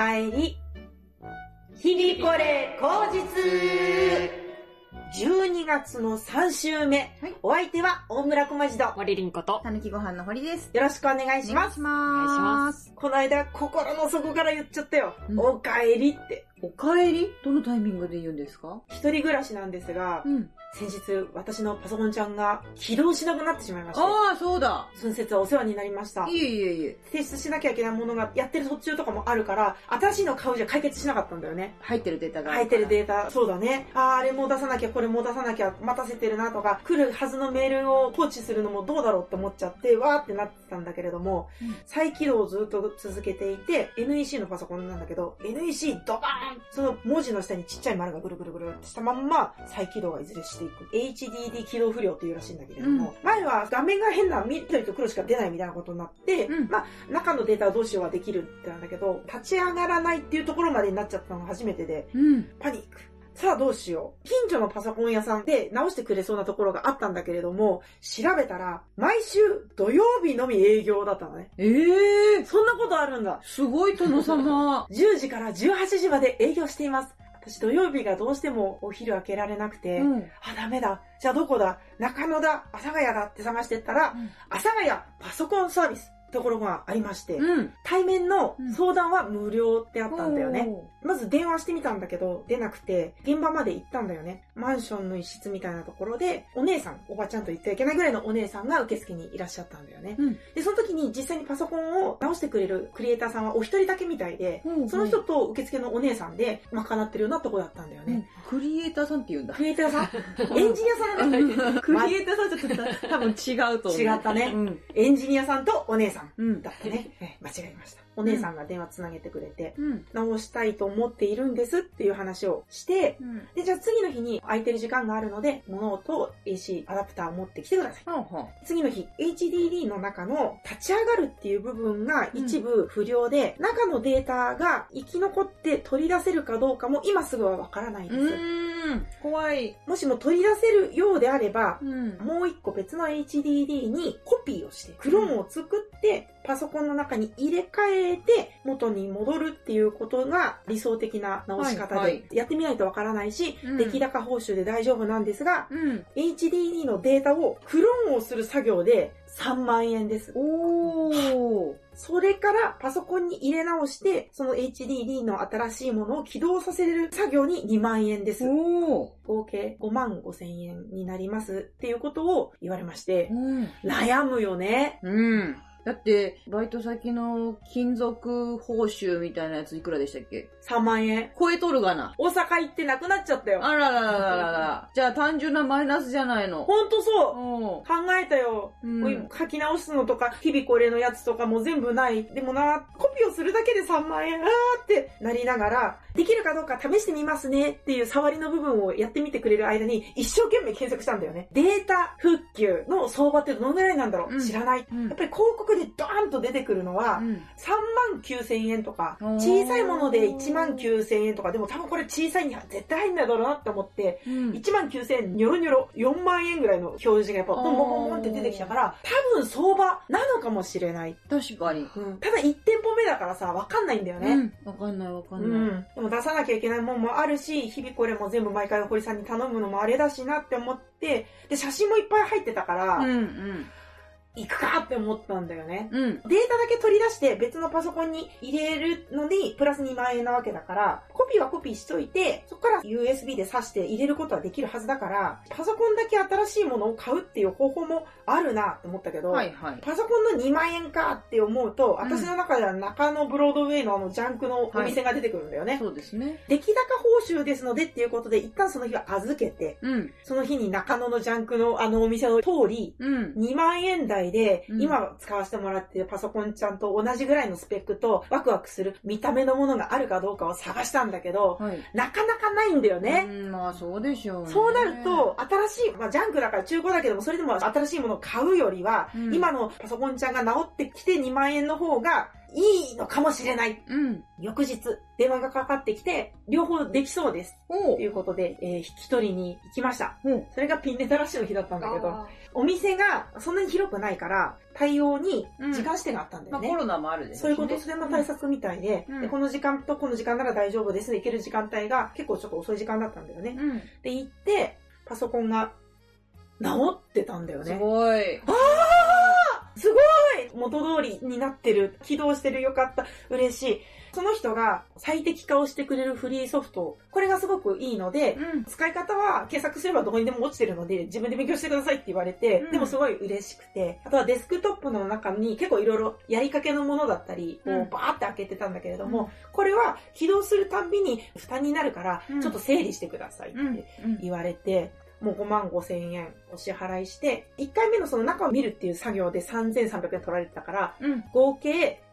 かえり。日々これ口実。12月の3週目。 はい、 お相手は大村小町と森凛子とたぬきご飯の堀です。 よろしくお願いします。 お願いします。 この間心の底から言っちゃったよ。おかえりって。 おかえり？どのタイミングで言うんですか？ 一人暮らしなんですが、先日私のパソコンちゃんが起動しなくなってしまいまして。 ああ、そうだ。 その節はお世話になりました。 いえ。 提出しなきゃいけないものがやってる途中とかもあるから、新しいの買うじゃ解決しなかったんだよね。 入ってるデータが。 入ってるデータ、そうだね。あれも出さなきゃ、これも出さなきゃ、待たせてるなとか、来るはずのメールを放置するのもどうだろうって思っちゃって、わーってなってたんだけれども、再起動をずっと続けていて、NEC のパソコンなんだけど、NEC ドバーン、その文字の下にちっちゃい丸がぐるぐるぐるってしたまんま再起動がいずれしていく。HDD 起動不良っていうらしいんだけれども、前は画面が変な緑と黒しか出ないみたいなことになって、中のデータはどうしようはできるってなんだけど、立ち上がらないっていうところまでになっちゃったのが初めてで、パニック。さあどうしよう。近所のパソコン屋さんで直してくれそうなところがあったんだけれども、調べたら、毎週土曜日のみ営業だったのね。そんなことあるんだ。 すごい殿様。 10時から18時まで営業しています。私土曜日がどうしてもお昼開けられなくて、ダメだ。じゃあどこだ？中野だ、阿佐ヶ谷だって探してったら、阿佐ヶ谷パソコンサービス。ところがありまして、対面の相談は無料ってあったんだよね。まず電話してみたんだけど出なくて、現場まで行ったんだよね。マンションの一室みたいなところで、お姉さん、おばちゃんと言ってはいけないぐらいのお姉さんが受付にいらっしゃったんだよね。で、その時に実際にパソコンを直してくれるクリエイターさんはお一人だけみたいで、その人と受付のお姉さんで賄ってるようなとこだったんだよね。 クリエイターさんって言うんだ。 クリエイターさんエンジニアさんなんだ。 クリエイターさんちょっと多分違うと思う。 違ったね。エンジニアさんとお姉さんだったね。間違えました。お姉さんが電話つなげてくれて、直したいと思っているんですっていう話をして、で、じゃあ次の日に空いてる時間があるので、物と AC アダプターを持ってきてください。次の日、HDD の中の立ち上がるっていう部分が一部不良で、中のデータが生き残って取り出せるかどうかも今すぐはわからないんです。 怖い。 もしも取り出せるようであれば、もう一個別の HDD にコピーをして、クローンを作って、パソコンの中に入れ替えて元に戻るっていうことが理想的な直し方で、やってみないとわからないし、出来高報酬で大丈夫なんですが、HDD のデータをクローンをする作業で3万円です。それからパソコンに入れ直して、その HDD の新しいものを起動させる作業に2万円です。合計5万5千円になりますっていうことを言われまして、悩むよね。 だって、バイト先の金属報酬みたいなやついくらでしたっけ？ 3 万円。 超えとるがな。 大阪行ってなくなっちゃったよ。 あららららら。じゃあ単純なマイナスじゃないの。 ほんとそう。考えたよ。書き直すのとか、日々これのやつとかも全部ない。でもな、コピーをするだけで3万円、ってなりながら、できるかどうか試してみますねっていう触りの部分をやってみてくれる間に、一生懸命検索したんだよね。データ復旧の相場ってどのぐらいなんだろう、知らない。やっぱり広告でドーンと出てくるのは、3万9千円とか、小さいもので1万9千円とか、でも多分これ小さいには絶対入んないだろうなって思って、1万9千円ニョロニョロ4万円ぐらいの表示がやっぱボンボンボンボンって出てきたから、多分相場なのかもしれない。 確かに。 ただ1店舗目だからさ、わかんないんだよね。 わかんない。 でも出さなきゃいけないもんもあるし、日々これも全部毎回堀さんに頼むのもあれだしなって思って、で、写真もいっぱい入ってたから、行くかって思ったんだよね。データだけ取り出して別のパソコンに入れるのにプラス2万円なわけだから、コピーはコピーしといて、そこから USB で挿して入れることはできるはずだから、パソコンだけ新しいものを買うっていう方法もあるなって思ったけど、パソコンの2万円かって思うと、私の中では中野ブロードウェイのジャンクのお店が出てくるんだよね。 そうですね。 出来高報酬ですのでっていうことで、一旦その日は預けて、その日に中野のジャンクのお店の通り、2万円台で、今使わせてもらってるパソコンちゃんと同じぐらいのスペックとワクワクする見た目のものがあるかどうかを探したんだけど、なかなかないんだよね。 まあそうでしょうね。 そうなると、新しい、ジャンクだから中古だけども、それでも新しいものを買うよりは、今のパソコンちゃんが直ってきて2万円の方がいいのかもしれない。 うん。 翌日、電話がかかってきて、両方できそうです。ということで、引き取りに行きました。それがピンネタラッシュの日だったんだけど、お店がそんなに広くないから、対応に時間指定があったんだよね。 コロナもあるでしょ。 そういうこと、それの対策みたいで、で、この時間とこの時間なら大丈夫ですね。行ける時間帯が結構ちょっと遅い時間だったんだよね。で、行って、パソコンが治ってたんだよね。 すごい。 すごい元通りになってる。起動してる。よかった。嬉しい。その人が最適化をしてくれるフリーソフト。これがすごくいいので、使い方は検索すればどこにでも落ちてるので、自分で勉強してくださいって言われて、でもすごい嬉しくて、あとはデスクトップの中に結構いろいろやりかけのものだったり、バーって開けてたんだけれども、これは起動するたんびに負担になるから、ちょっと整理してくださいって言われて、もう55,000円お支払いして、1回目のその中を見るっていう作業で3,300円取られてたから、合計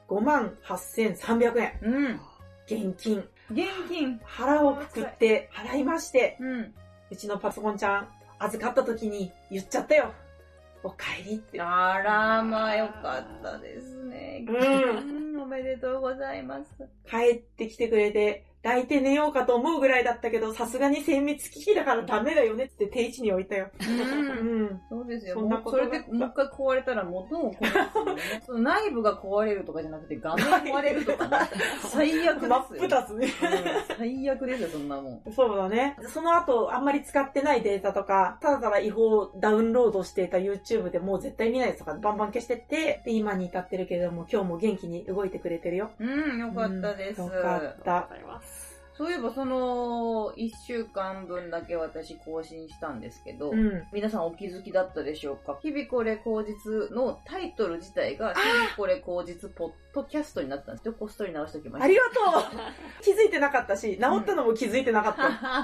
58,300円。現金。腹をくくって払いまして、うちのパソコンちゃん、預かった時に言っちゃったよ。お帰りって。 あら、まあよかったですね。おめでとうございます。 帰ってきてくれて、抱いて寝ようかと思うぐらいだったけど、さすがに精密機器だからダメだよねって定位置に置いたよ。 そうですよ。それでもう一回壊れたら元も壊れますよね。その内部が壊れるとかじゃなくて画面壊れるとか、ね、最悪ですよ。 真っ二つね。 最悪ですよ、そんなもん。 そうだね。その後、あんまり使ってないデータとか、ただただ違法ダウンロードしていた YouTube でもう絶対見ないやつとかバンバン消してって、で、今に至ってるけれども、今日も元気に動いてくれてるよ。 よかったです。 よかった。 そういえばその1週間分だけ私更新したんですけど、皆さんお気づきだったでしょうか？日々これ口実のタイトル自体が日々これ口実ポッドキャストになったんですよ。こっそり直しておきました。 ありがとう気づいてなかったし、直ったのも気づいてなかった。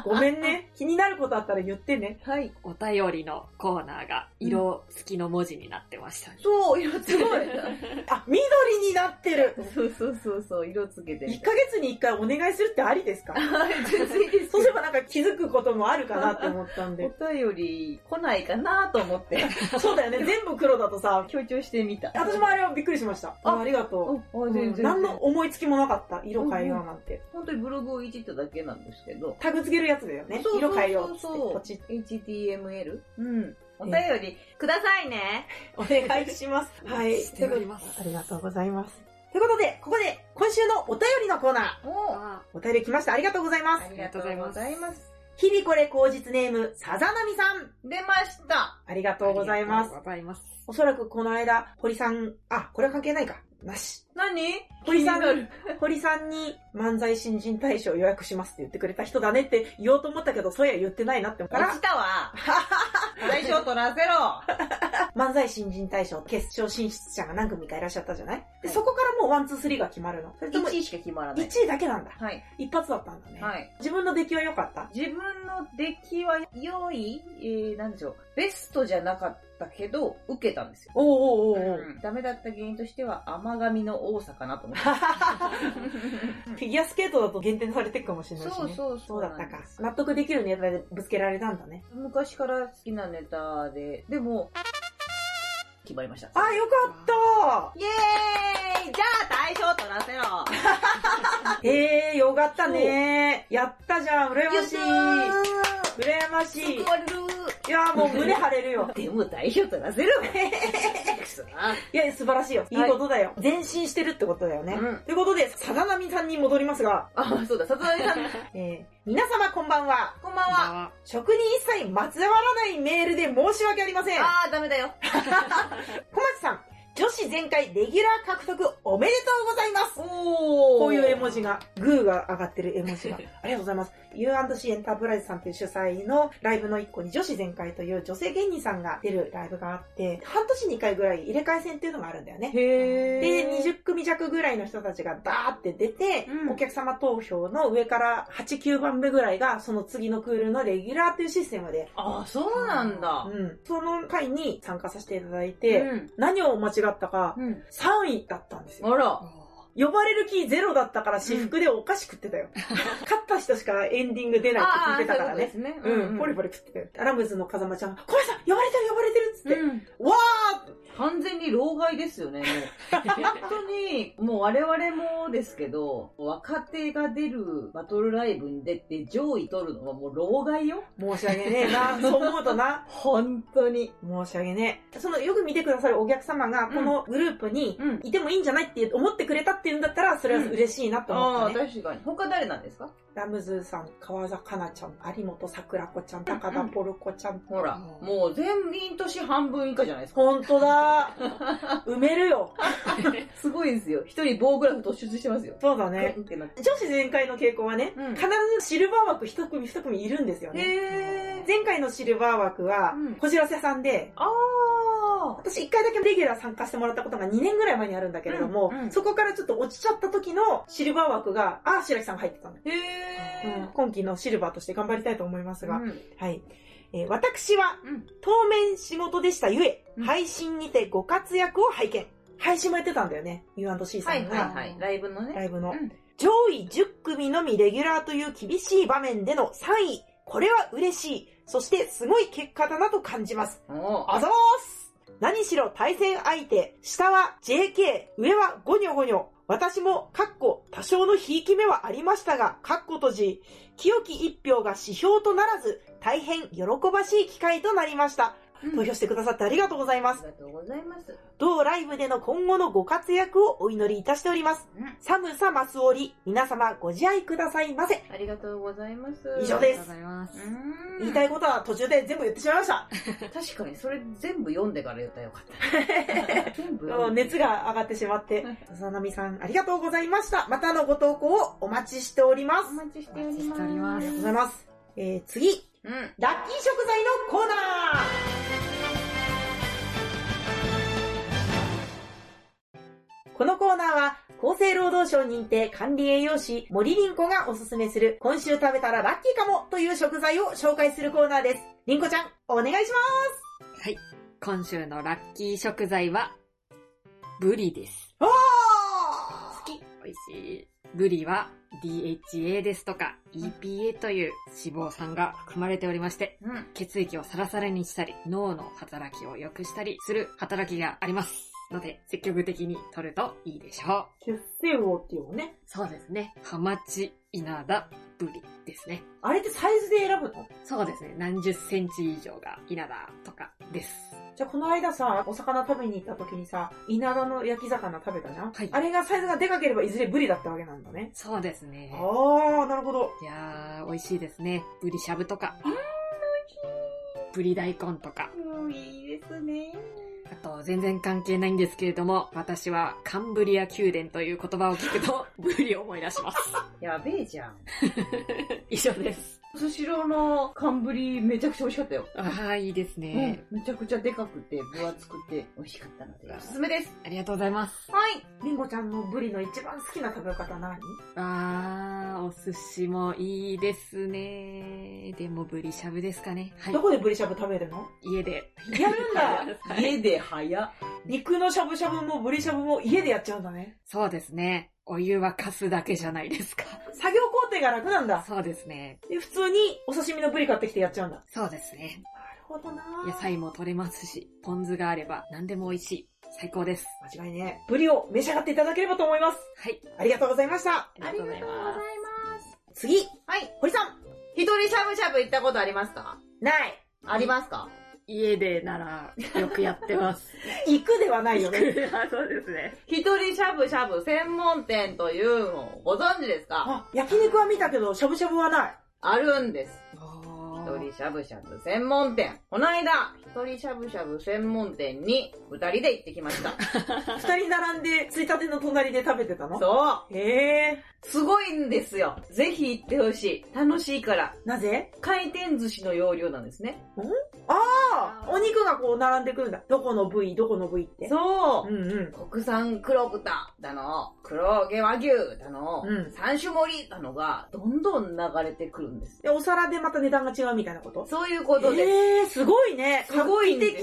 ごめんね。気になることあったら言ってね。 はい。 お便りのコーナーが色付きの文字になってましたね。 そう、色すごい。 あ、緑になってる。 そう、色つけて。 1ヶ月に1回お願いするってありですか？そうすればなんか気づくこともあるかなって思ったんで。 お便り来ないかなと思って。 そうだよね。全部黒だとさ、 強調してみた。 私もあれはびっくりしました。ありがとう。何の思いつきもなかった。色変えようなんて。 本当にブログをいじっただけなんですけど。 タグつけるやつだよね。色変えようってポチッ。 HTML？お便りくださいね。 お願いします。はい。 しております。 ありがとうございます。ということで、ここで今週のお便りのコーナー。お便り来ました。ありがとうございます。 ありがとうございます。 日々これ口実ネーム、さざなみさん。 出ました。 ありがとうございます。おそらくこの間、堀さん、これは関係ないか。なし。 何？ 堀さんに漫才新人大賞予約しますって言ってくれた人だねって言おうと思ったけど、そういや言ってないなって思ったら。 落ちたわ。大賞取らせろ。 漫才新人大賞決勝進出者が何組かいらっしゃったじゃない？で、そこからもう1、2、3が決まるの。それとも 1位しか決まらない。 1位だけなんだ。 はい。 一発だったんだね。 はい。 自分の出来は良かった？ 自分の出来は良い？なんでしょう。ベストじゃなかったけど、受けたんですよ。ダメだった原因としては甘噛みの多さかなと思って。 フィギュアスケートだと減点されてるかもしれないしね。そうだったか。納得できるネタでぶつけられたんだね。 昔から好きなネタで、でも、決まりました。 よかったイエーイじゃあ大賞取らせろよかったねやったじゃん羨ましい羨ましい救われるいやもう胸張れるよでも大賞取らせろいや素晴らしいよいいことだよ、前進してるってことだよね、ということでさざなみさんに戻りますがそうださざなみさん皆様こんばんは。 こんばんは。 食に一切まつわらないメールで申し訳ありません。 ダメだよ。 小町さん、女子全開レギュラー獲得おめでとうございます。こういう絵文字が、グーが上がってる絵文字が。ありがとうございます。U&C エンタープライズさんという主催のライブの一個に女子全開という女性芸人さんが出るライブがあって、半年に1回ぐらい入れ替え戦っていうのがあるんだよね。で、20組弱ぐらいの人たちがダーって出て、お客様投票の上から8、9番目ぐらいがその次のクールのレギュラーっていうシステムで。 そうなんだ。 その回に参加させていただいて、何を間違ったか、3位だったんですよ。 あら。 呼ばれる気ゼロだったから私服でお菓子食ってたよ。勝った人しかエンディング出ないって聞いてたからね。ポリポリ食ってたよ。ラムズの風間ちゃんが、小林さん呼ばれてるっつって。わー完全に老害ですよね、もう。本当に、もう我々もですけど、若手が出るバトルライブに出て上位取るのはもう老害よ。 申し訳ねえな。そう思うとな。 本当に。 申し訳ねえ。よく見てくださるお客様が、このグループにいてもいいんじゃないって思ってくれたっていうんだったら、それは嬉しいなと思ったね。 確かに。他誰なんですか？ ラムズーさん、川崎かなちゃん、有本桜子ちゃん、高田ポルコちゃん。 ほら、もう全員年半分以下じゃないですか。 ほんとだ。埋めるよ。 すごいですよ。一人棒グラフ突出してますよ。 そうだね。女子全開の傾向はね、必ずシルバー枠一組一組いるんですよね。前回のシルバー枠は、こじらせさんで、私1回だけレギュラー参加してもらったことが2年ぐらい前にあるんだけれども、そこからちょっと落ちちゃった時のシルバー枠が、白木さんが入ってたの。今期のシルバーとして頑張りたいと思いますが、はい。私は、当面仕事でしたゆえ、配信にてご活躍を拝見。配信もやってたんだよね。U&C さんが。 はい。ライブのね。 ライブの。上位10組のみレギュラーという厳しい場面での3位。これは嬉しい。そしてすごい結果だなと感じます。あざーす。何しろ対戦相手、下は JK、上はゴニョゴニョ。私も、多少のひいき目はありましたが、閉じ、清き一票が指標とならず、大変喜ばしい機会となりました。投票してくださってありがとうございます。 ありがとうございます。 同ライブでの今後のご活躍をお祈りいたしております。寒さますおり、皆様ご自愛くださいませ。 ありがとうございます。 以上です。 ありがとうございます。 言いたいことは途中で全部言ってしまいました。 確かに、それ全部読んでから言ったらよかった。全部読んで。 熱が上がってしまって。さなみさん、ありがとうございました。またのご投稿をお待ちしております。 お待ちしております。 ありがとうございます。次。ラッキー食材のコーナー。このコーナーは厚生労働省認定管理栄養士森凛子がおすすめする今週食べたらラッキーかもという食材を紹介するコーナーです。凛子ちゃん、お願いします。 はい。今週のラッキー食材はブリです。 好き。美味しい。ブリは DHA ですとか EPA という脂肪酸が含まれておりまして、血液をサラサラにしたり、脳の働きを良くしたりする働きがあります。ので、積極的に摂るといいでしょう。血清王っていうのね。 そうですね。ハマチ、イナダ、ブリですね。 あれってサイズで選ぶの？ そうですね。何十センチ以上がイナダとかです。 じゃあこの間さ、お魚食べに行った時にさ、イナダの焼き魚食べたじゃん？ はい。 あれがサイズがでかければいずれブリだったわけなんだね。 そうですね。 なるほど。 いやー、美味しいですね。ブリしゃぶとか。ブリ大根とか。 いいですね。 あと、全然関係ないんですけれども、私はカンブリア宮殿という言葉を聞くと、ブリを思い出します。 やべえじゃん。 以上です。 スシローの寒ブリめちゃくちゃ美味しかったよ。 ああ、いいですね、 めちゃくちゃでかくて分厚くて美味しかったのでおすすめです。 ありがとうございます。 はい。 りんごちゃんのブリの一番好きな食べ方何？ お寿司もいいですね。でもブリしゃぶですかね。 はい。どこでブリしゃぶ食べるの？ 家で。 やるんだ。 家で早っ。 肉のしゃぶしゃぶもブリしゃぶも家でやっちゃうんだね。 そうですね。お湯は沸かすだけじゃないですか。 作業工程が楽なんだ。 そうですね。 で、普通にお刺身のブリ買ってきてやっちゃうんだ。 そうですね。 なるほどな。 野菜も取れますし、ポン酢があれば何でも美味しい。最高です。 間違いね。ブリを召し上がっていただければと思います。 はい。 ありがとうございました。 ありがとうございます。 次。 はい。 堀さん。 一人しゃぶしゃぶ行ったことありますか？ ない。 ありますか？ 家でならよくやってます。 行くではないよね。 そうですね。 一人しゃぶしゃぶ専門店というのをご存知ですか？ 焼肉は見たけど、しゃぶしゃぶはない。 あるんです。一人しゃぶしゃぶ専門店。この間、一人しゃぶしゃぶ専門店に二人で行ってきました。 二人並んで、ついたての隣で食べてたの？ そう。 へー。 すごいんですよ。ぜひ行ってほしい。楽しいから。 なぜ？ 回転寿司の要領なんですね。 お肉がこう並んでくるんだ。どこの部位って。 そう。 うんうん。 国産黒豚だの、黒毛和牛だの、三種盛りだのが、どんどん流れてくるんです。 で、お皿でまた値段が違うみたいなこと？ そういうことです。 すごいね。 すごいんですよ。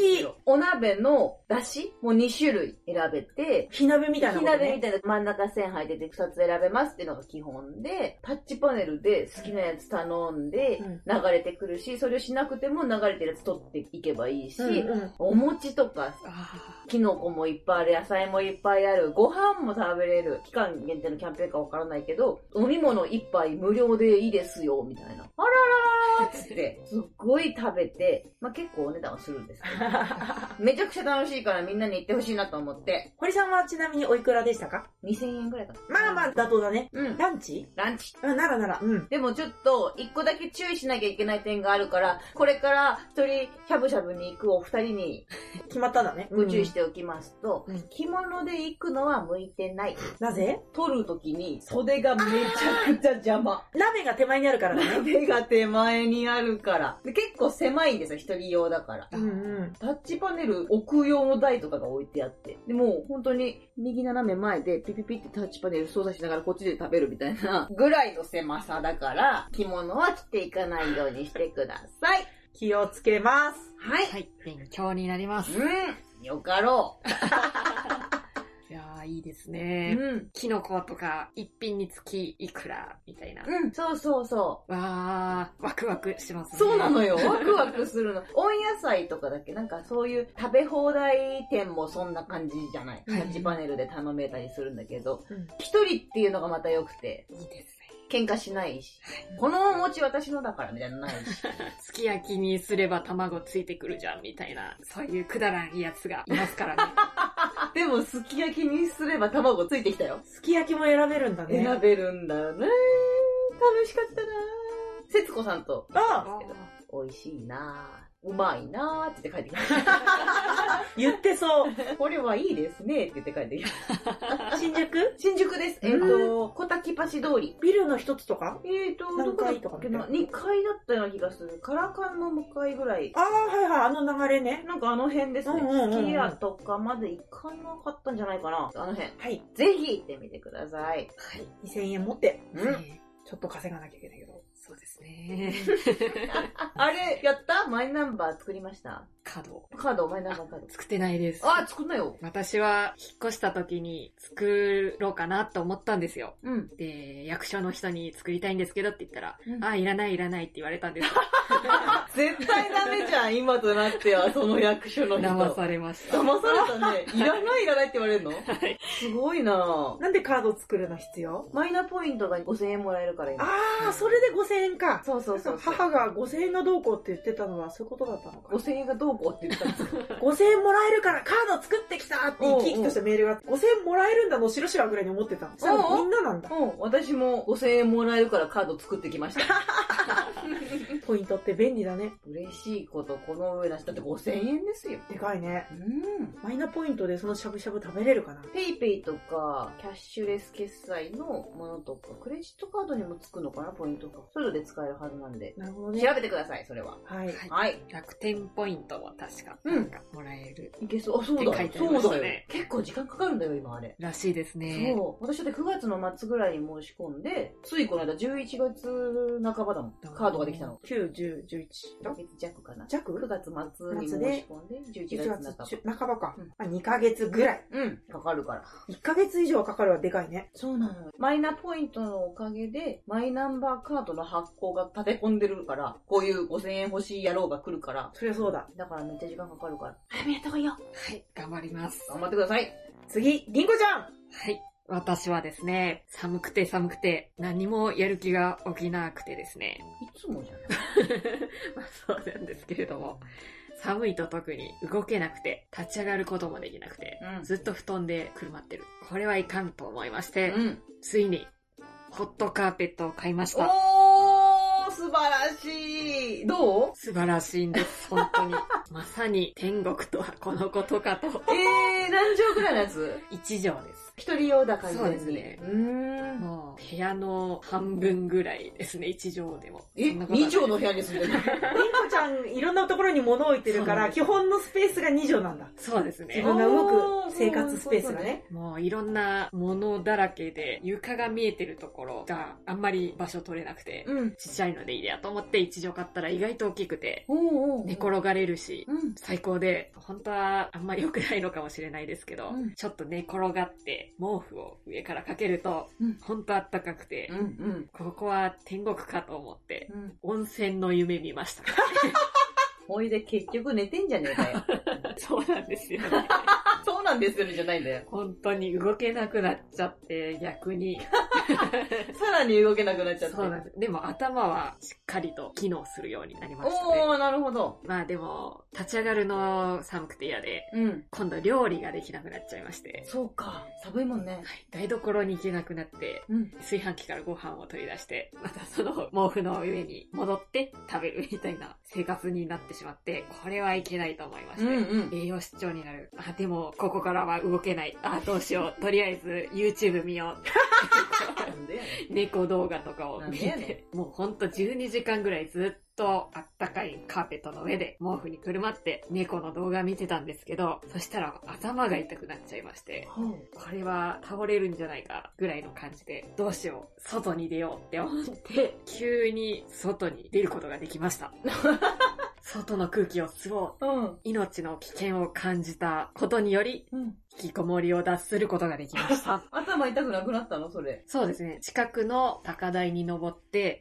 お鍋の出汁も2種類選べて、 火鍋みたいなことね。 火鍋みたいな真ん中線入ってて2つ選べますっていうのが基本で、タッチパネルで好きなやつ頼んで流れてくるし、それをしなくても流れてるやつ取っていけばいいし、お餅とか、キノコもいっぱいある、野菜もいっぱいある、ご飯も食べれる、期間限定のキャンペーンかわからないけど、飲み物1杯無料でいいですよ、みたいな。あらららーっつって、すっごい食べて、まあ、結構お値段はするんですけど、めちゃくちゃ楽しいからみんなに行ってほしいなと思って。 堀さんはちなみにおいくらでしたか？ 2000 円ぐらいかな。 まあまあ妥当だね。ランチ。なら。 でもちょっと、一個だけ注意しなきゃいけない点があるから、これから一人しゃぶしゃぶに行くお二人に、 決まったんだね。 ご注意しておきますと、着物で行くのは向いてない。 なぜ？ 取るときに袖がめちゃくちゃ邪魔。 鍋が手前にあるからね。 鍋が手前にあるから。で結構狭いんですよ、一人用だから。タッチパネル置く用の台とかが置いてあって。でも本当に右斜め前でピピピってタッチパネル操作しながらこっちで食べるみたいなぐらいの狭さだから、着物は着ていかないようにしてください。 気をつけます。 はい。 はい、勉強になります。 よかろう。 いやー、いいですね。キノコとか一品につきいくらみたいな。 そう。 わー、ワクワクしますね。 そうなのよ。ワクワクするの。温野菜とかだっけなんかそういう食べ放題店もそんな感じじゃない。タッチパネルで頼めたりするんだけど、一人っていうのがまた良くて。 いいですね。 喧嘩しないし、このお餅私のだからみたいなのないし。 すき焼きにすれば卵ついてくるじゃんみたいな、そういうくだらんやつがいますからね。 でもすき焼きにすれば卵ついてきたよ。 すき焼きも選べるんだね。 選べるんだよね。楽しかったな。節子さんと。美味しいなうまいなーって言って帰ってきました。 言ってそう。 これはいいですねって言って帰ってきました。 新宿？ 新宿です。小滝橋通り。 ビルの一つとか？ どこだっけな ?2 階だったような気がする。カラカンの向かいぐらい。 はい、あの流れね。 なんかあの辺ですね。スキヤとかまで行かなかったんじゃないかな。あの辺。 はい。 ぜひ行ってみてください。 はい。2000円持って。ちょっと稼がなきゃいけないけど。 そうですね。 あれ、やったマイナンバー作りました？ カード、マイナンバーカード。 作ってないです。 作んなよ。 私は引っ越した時に作ろうかなと思ったんですよ。で、役所の人に作りたいんですけどって言ったら、いらないって言われたんですよ。 絶対ダメじゃん、今となっては、その役所の人。 騙されました。 騙されたね。いらないって言われるの？はい。すごいななんでカード作るの必要？ マイナポイントが5000円もらえるから今。 それで5000円か。 そう。 母が5000円がどうこうって言ってたのはそういうことだったのか。 5000円がどうこうって言ったんですか ？5000円もらえるからカード作ってきたって生き生きとしたメールが、5000円もらえるんだのしろしらぐらいに思ってた。それみんななんだ。 私も5000円もらえるからカード作ってきました。 ポイントって便利だね。 嬉しいこと、この上なし。だって5000円ですよ。 でかいね。マイナポイントでそのしゃぶしゃぶ食べれるかな？ ペイペイとか、キャッシュレス決済のものとか、クレジットカードにもつくのかな、ポイントが。そういうので使えるはずなんで。 なるほどね。 調べてください、それは。 はい。 楽天ポイントは確か、なんかもらえる。 いけそう。そうだよ。 そうだよ。 結構時間かかるんだよ、今あれ。 らしいですね。 そう。私だって9月の末ぐらいに申し込んで、ついこの間11月半ばだもん。カードができたの。 9、10、11。 1ヶ月弱かな。 弱 ?9 月末に申し込んで、11月半ばか。2ヶ月ぐらい。 かかるから。 1ヶ月以上かかるはでかいね。 そうなの。マイナポイントのおかげで、マイナンバーカードの発行が立て込んでるから、こういう5000円欲しい野郎が来るから。 そりゃそうだ。 だからめっちゃ時間かかるから。早めやった方がいいよ。 はい、頑張ります。 頑張ってください。 次、りんごちゃん。 はい。私はですね、寒くて何もやる気が起きなくてですね。 いつもじゃないまあそうなんですけれども、寒いと特に動けなくて、立ち上がることもできなくて、ずっと布団でくるまってる。これはいかんと思いまして、ついにホットカーペットを買いました。 素晴らしい。どう？ 素晴らしいんです、本当に。まさに天国とはこのことかと。 何畳くらいのやつ ？1畳です。 一人用だからそうですね。もう部屋の半分ぐらいですね、1畳でも。 2畳の部屋に住んでる。 りんこちゃんいろんなところに物を置いてるから、基本のスペースが2畳なんだ。 そうですね。 自分が動く生活スペースがね。 もういろんなものだらけで、床が見えてるところがあんまり場所取れなくて、ちっちゃいのでいいやと思って1畳買ったら意外と大きくて、寝転がれるし、 に最高で、本当はあんまり良くないのかもしれないですけど、ちょっと寝転がって毛布を上からかけると、本当あったかくて、ここは天国かと思って、温泉の夢見ました。 おいで結局寝てんじゃねえかよ。 そうなんですよね。 そうなんですよねじゃないんだよ。 本当に動けなくなっちゃって、逆に。 さらに動けなくなっちゃって。 そうなんです。でも頭はしっかりと機能するようになりましたね。おー、なるほど。 まあでも、立ち上がるの寒くて嫌で、今度料理ができなくなっちゃいまして。 そうか。寒いもんね。はい。 台所に行けなくなって、炊飯器からご飯を取り出して、またその毛布の上に戻って食べるみたいな生活になってしまって、これはいけないと思いまして、栄養失調になる。あ、でもここからは動けない。あ、どうしよう。とりあえず YouTube 見よう。猫動画とかを見て、もうほんと12時間ぐらいずっとあったかいカーペットの上で毛布にくるまって猫の動画見てたんですけど、そしたら頭が痛くなっちゃいまして、これは倒れるんじゃないかぐらいの感じで、どうしよう、外に出ようって思って、急に外に出ることができました。外の空気を吸おう、命の危険を感じたことにより、引きこもりを脱することができました。 頭痛くなくなったのそれ。 そうですね。近くの高台に登って、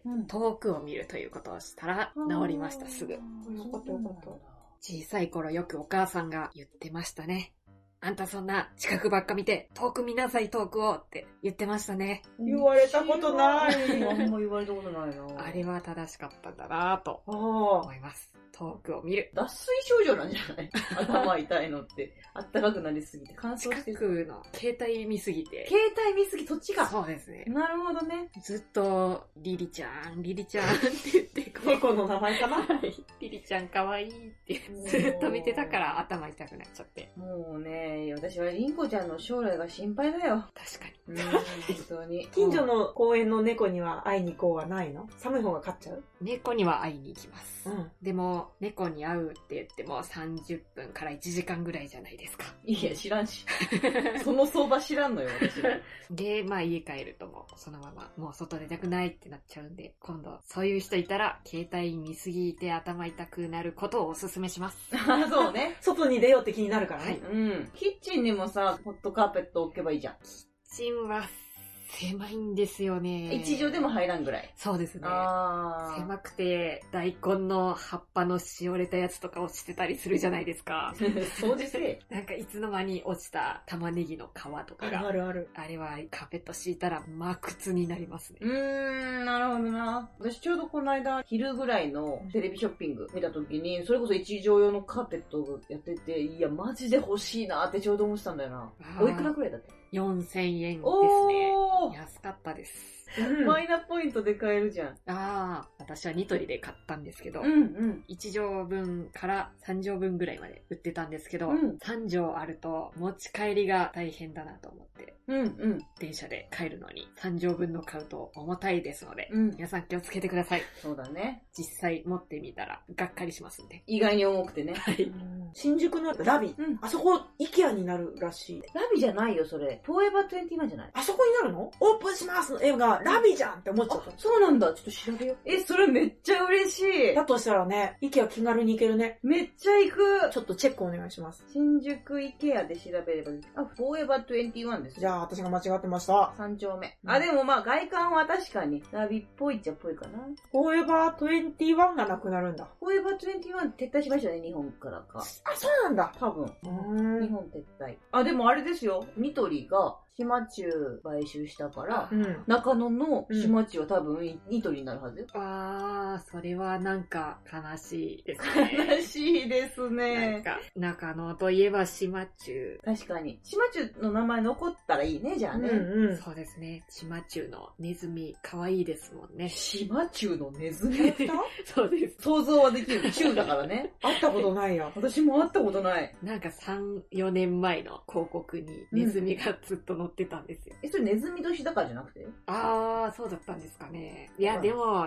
遠くを見るということをしたら治りました、すぐ。よかったよかった。 小さい頃よくお母さんが言ってましたね。あんたそんな近くばっか見て遠く見なさい遠くをって言ってましたね。 言われたことない。 あんま言われたことないな。 あれは正しかったんだなぁと思います。遠くを見る。 脱水症状なんじゃない頭痛いのって。あったかくなりすぎて乾燥してる。 近くの携帯見すぎて。 携帯見すぎそっちが。 そうですね。 なるほどね。 ずっとリリちゃん、リリちゃんって言って猫の名前かなリリちゃんかわいいってずっと見てたから頭痛くなっちゃって。 もうね、私はリンコちゃんの将来が心配だよ。 確かに。本当に。 近所の公園の猫には会いに行こうはないの？寒い方が勝っちゃう？ 猫には会いに行きます。でも、猫に会うって言っても30分から1時間ぐらいじゃないですか。 いや、知らんし。その相場知らんのよ、私は。 で、まあ家帰るともうそのまま、もう外出たくないってなっちゃうんで、今度そういう人いたら、携帯見すぎて頭痛くなることをおすすめします。 そうね。 外に出ようって気になるからね。 キッチンにもさ、ホットカーペット置けばいいじゃん。 キッチンは狭いんですよね。 一畳でも入らんぐらい。 そうですね。狭くて、大根の葉っぱのしおれたやつとか落ちてたりするじゃないですか。 掃除せえ。 なんかいつの間に落ちた玉ねぎの皮とかが。 あるある。 あれはカーペット敷いたら真靴になりますね。 なるほどな。私ちょうどこの間、昼ぐらいのテレビショッピング見た時に、それこそ一畳用のカーペットをやってて、いや、マジで欲しいなってちょうど思ってたんだよな。おいくらくらいだって？ 4000 円ですね。安かったです。 マイナポイントで買えるじゃん。 私はニトリで買ったんですけど、1畳分から3畳分ぐらいまで売ってたんですけど、3畳あると持ち帰りが大変だなと思って、電車で帰るのに3畳分の買うと重たいですので、皆さん気をつけてください。 そうだね。 実際持ってみたらがっかりしますんで。 意外に重くてね。 はい。 新宿のラビ、あそこ IKEA になるらしい。 ラビじゃないよそれ。フォーエバー21じゃない？ あそこになるの？オープンしますの絵がラビじゃんって思っちゃった。 そうなんだ。ちょっと調べよう。それめっちゃ嬉しい。 だとしたらね、IKEA 気軽に行けるね。 めっちゃ行く。 ちょっとチェックお願いします。 新宿 IKEA で調べればいい。フォーエバー21です。 じゃあ私が間違ってました。 3丁目。でもまあ外観は確かにラビっぽいっちゃっぽいかな。 フォーエバー21がなくなるんだ。 フォーエバー21撤退しましたね、日本からか。 そうなんだ。 多分。日本撤退。でもあれですよ。ニトリが島忠買収したから、中野の島忠は多分ニトリになるはずよ。 それはなんか悲しいですね。 悲しいですね。 なんか、中野といえば島忠。 確かに。島忠の名前残ったらいいね、じゃあね。 そうですね。島忠のネズミ、可愛いですもんね。 島忠のネズミそうです。 想像はできる。忠だからね。 会ったことないよ。 私も会ったことない。 なんか3、4年前の広告にネズミがずっと載ってたんですよ。 それネズミ年だからじゃなくて？ そうだったんですかね。いや、でも、島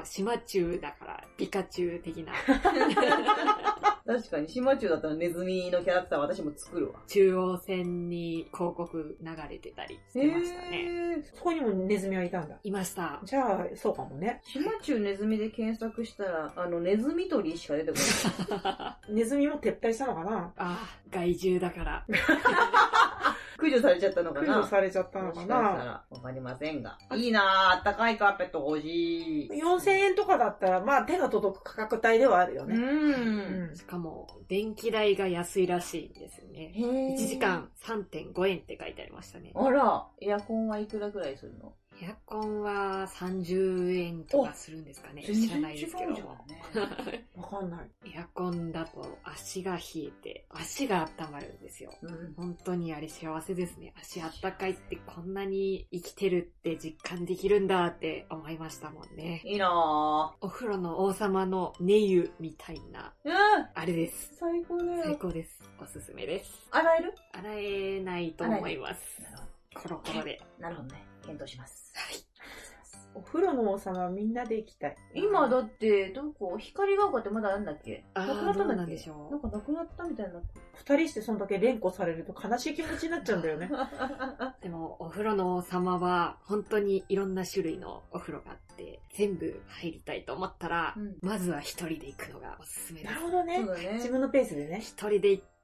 チュウだからピカチュウ的な。 確かに、島中だったらネズミのキャラクター私も作るわ。 中央線に広告流れてたりしてましたね。 そこにもネズミはいたんだ。 いました。 じゃあ、そうかもね。 島中ネズミで検索したら、ネズミ取りしか出てこない。 ネズミも撤退したのかな。 ああ、害獣だから。 駆除されちゃったのかな。 駆除されちゃったのかな。 もしかしたらわかりませんが。いいなぁ、あったかいカーペット欲しい。 4000円とかだったら、まあ手が届く価格帯ではあるよね。 しかも、電気代が安いらしいんですよね。1時間 3.5 円って書いてありましたね。 あら、エアコンはいくらぐらいするの？ エアコンは30円とかするんですかね。知らないですけど。 わかんない。 エアコンだと足が冷えて、足が温まるんですよ。本当にあれ幸せですね。足あったかいってこんなに生きてるって実感できるんだって思いましたもんね。 いいなぁ。お風呂の王様の寝湯みたいな。あれです。 最高だよ。 最高です。おすすめです。 洗える？ 洗えないと思います。コロコロで。 なるほどね。検討します。 はい。 お風呂の王様みんなで行きたい。 今だって、どこ光が丘ってまだあるんだっけ？なくなったんだっけ？ なんでしょう。 なんかなくなったみたいな。 二人してそんだけ連呼されると悲しい気持ちになっちゃうんだよね。 でも、お風呂の王様は本当にいろんな種類のお風呂があって、全部入りたいと思ったら、まずは一人で行くのがおすすめです。 なるほどね。 そうだね。 自分のペースでね。 一人で行って、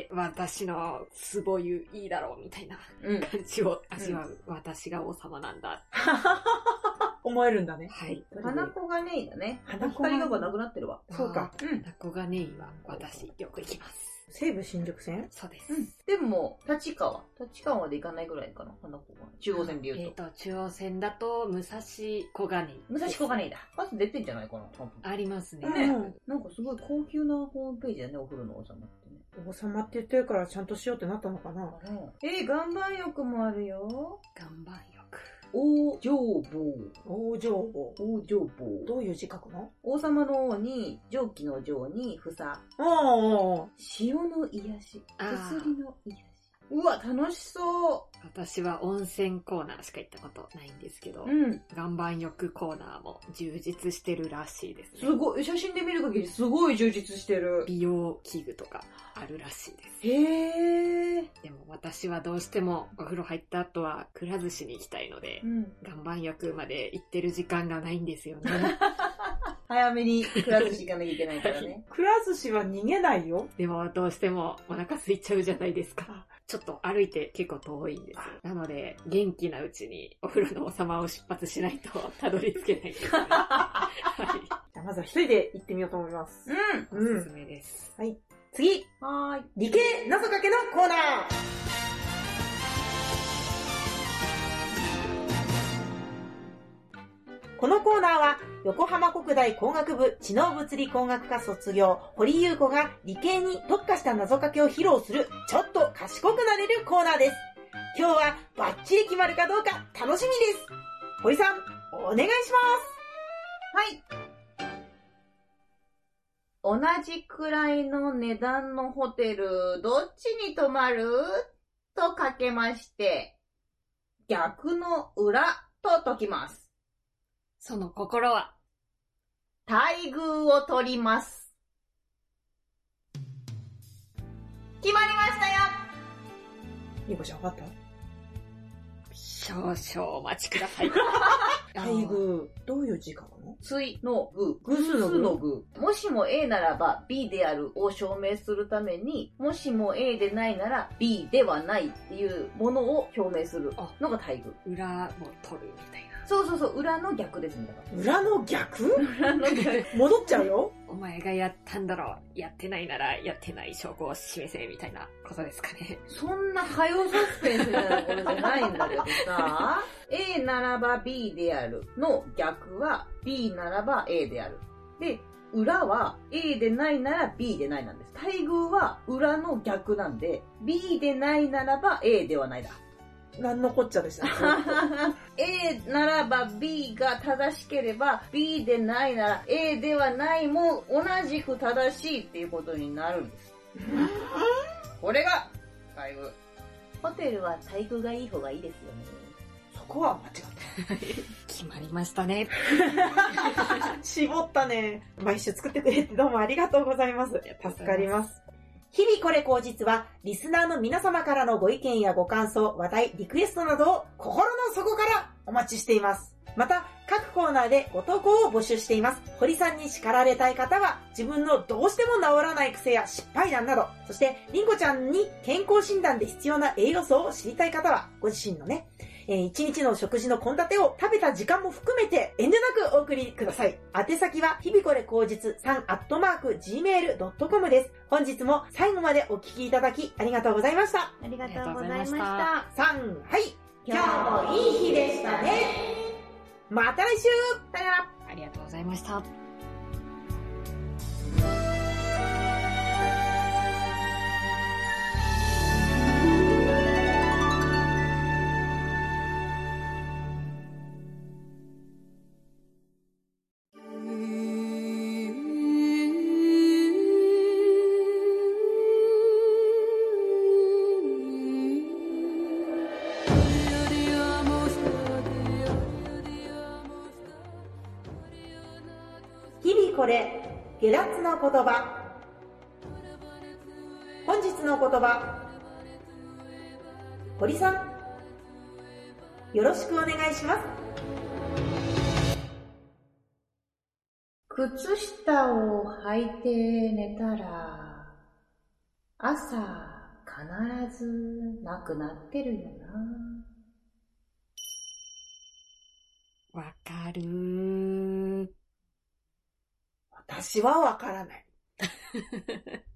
私の壺湯いいだろうみたいな感じを味わう。私が王様なんだ。 思えるんだね。 はい。 花子がねいだね。 花子光が丘なくなってるわ。 そうか。 花子がねいは私よく行きます。 西武新宿線？ そうです。 でも、立川まで行かないぐらいかな、花子が。中央線で言うと。 中央線だと、武蔵小金井。 武蔵小金井だ。バス出てんじゃないかな、多分。 ありますね。 なんかすごい高級なホームページだね、お風呂の王様ってね。 王様って言ってるからちゃんとしようってなったのかな。 岩盤浴もあるよ。 岩盤浴。 王女房。 王女房。 王女房。 どういう字書くの？ 王様の王に、蒸気の蒸に、房。塩の癒し。薬の癒し。うわ、楽しそう。 私は温泉コーナーしか行ったことないんですけど、岩盤浴コーナーも充実してるらしいですね。 すごい、写真で見る限りすごい充実してる。 美容器具とかあるらしいです。 へー。 でも私はどうしてもお風呂入った後はくら寿司に行きたいので、岩盤浴まで行ってる時間がないんですよね。 早めにくら寿司行かなきゃいけないからね。 くら寿司は逃げないよ。 でもどうしてもお腹空いちゃうじゃないですか。ちょっと歩いて結構遠いんですよ。なので、元気なうちにお風呂の王様を出発しないとたどり着けないんです、ね。はい。 じゃあまずは一人で行ってみようと思います。 おすすめです。 はい。次理系謎かけのコーナー。このコーナーは横浜国大工学部知能物理工学科卒業堀優子が理系に特化した謎かけを披露するちょっと賢くなれるコーナーです。今日はバッチリ決まるかどうか楽しみです。堀さんお願いします。はい。同じくらいの値段のホテルどっちに泊まるとかけまして逆の裏と解きます。 その心は待遇を取ります。決まりましたよ。 ゆうこちゃん分かった？ 少々お待ちください。 待遇、どういう字書くの？ 対の具、 偶数の具。 もしも A ならば B であるを証明するために、もしも A でないなら B ではないっていうものを表明するのが待遇。 裏も取るみたいな。 そう、裏の逆ですね。 裏の逆？ 裏の逆。 戻っちゃうよ。 お前がやったんだろう。やってないならやってない証拠を示せみたいなことですかね。 そんな歌謡サスペンスみたいなことじゃないんだけどさ。A ならば B であるの逆は B ならば A である。で、裏は A でないなら B でないなんです。待遇は裏の逆なんで B でないならば A ではないだ。 なんのこっちゃでした。 A ならば B が正しければ B でないなら A ではないも同じく正しいっていうことになるんです。これが待遇。ホテルは待遇がいい方がいいですよね。 こは間違った。 決まりましたね。 絞ったね。毎週作ってくれてどうもありがとうございます。助かります。日々これ口実は、リスナーの皆様からのご意見やご感想、話題、リクエストなどを心の底からお待ちしています。また、各コーナーでご投稿を募集しています。堀さんに叱られたい方は、自分のどうしても治らない癖や失敗談など、そして、りんごちゃんに健康診断で必要な栄養素を知りたい方は、ご自身のね、一日の食事の献立を食べた時間も含めて遠慮なくお送りください。宛先は、日々これ口実3@gmail.com です。本日も最後までお聞きいただきありがとうございました。 ありがとうございました。 3、はい。今日もいい日でしたね。また来週。 さよなら。 ありがとうございました。 これ下脱の言葉。本日の言葉、堀さんよろしくお願いします。 靴下を履いて寝たら朝必ずなくなってるよな。わかるー。 私はわからない。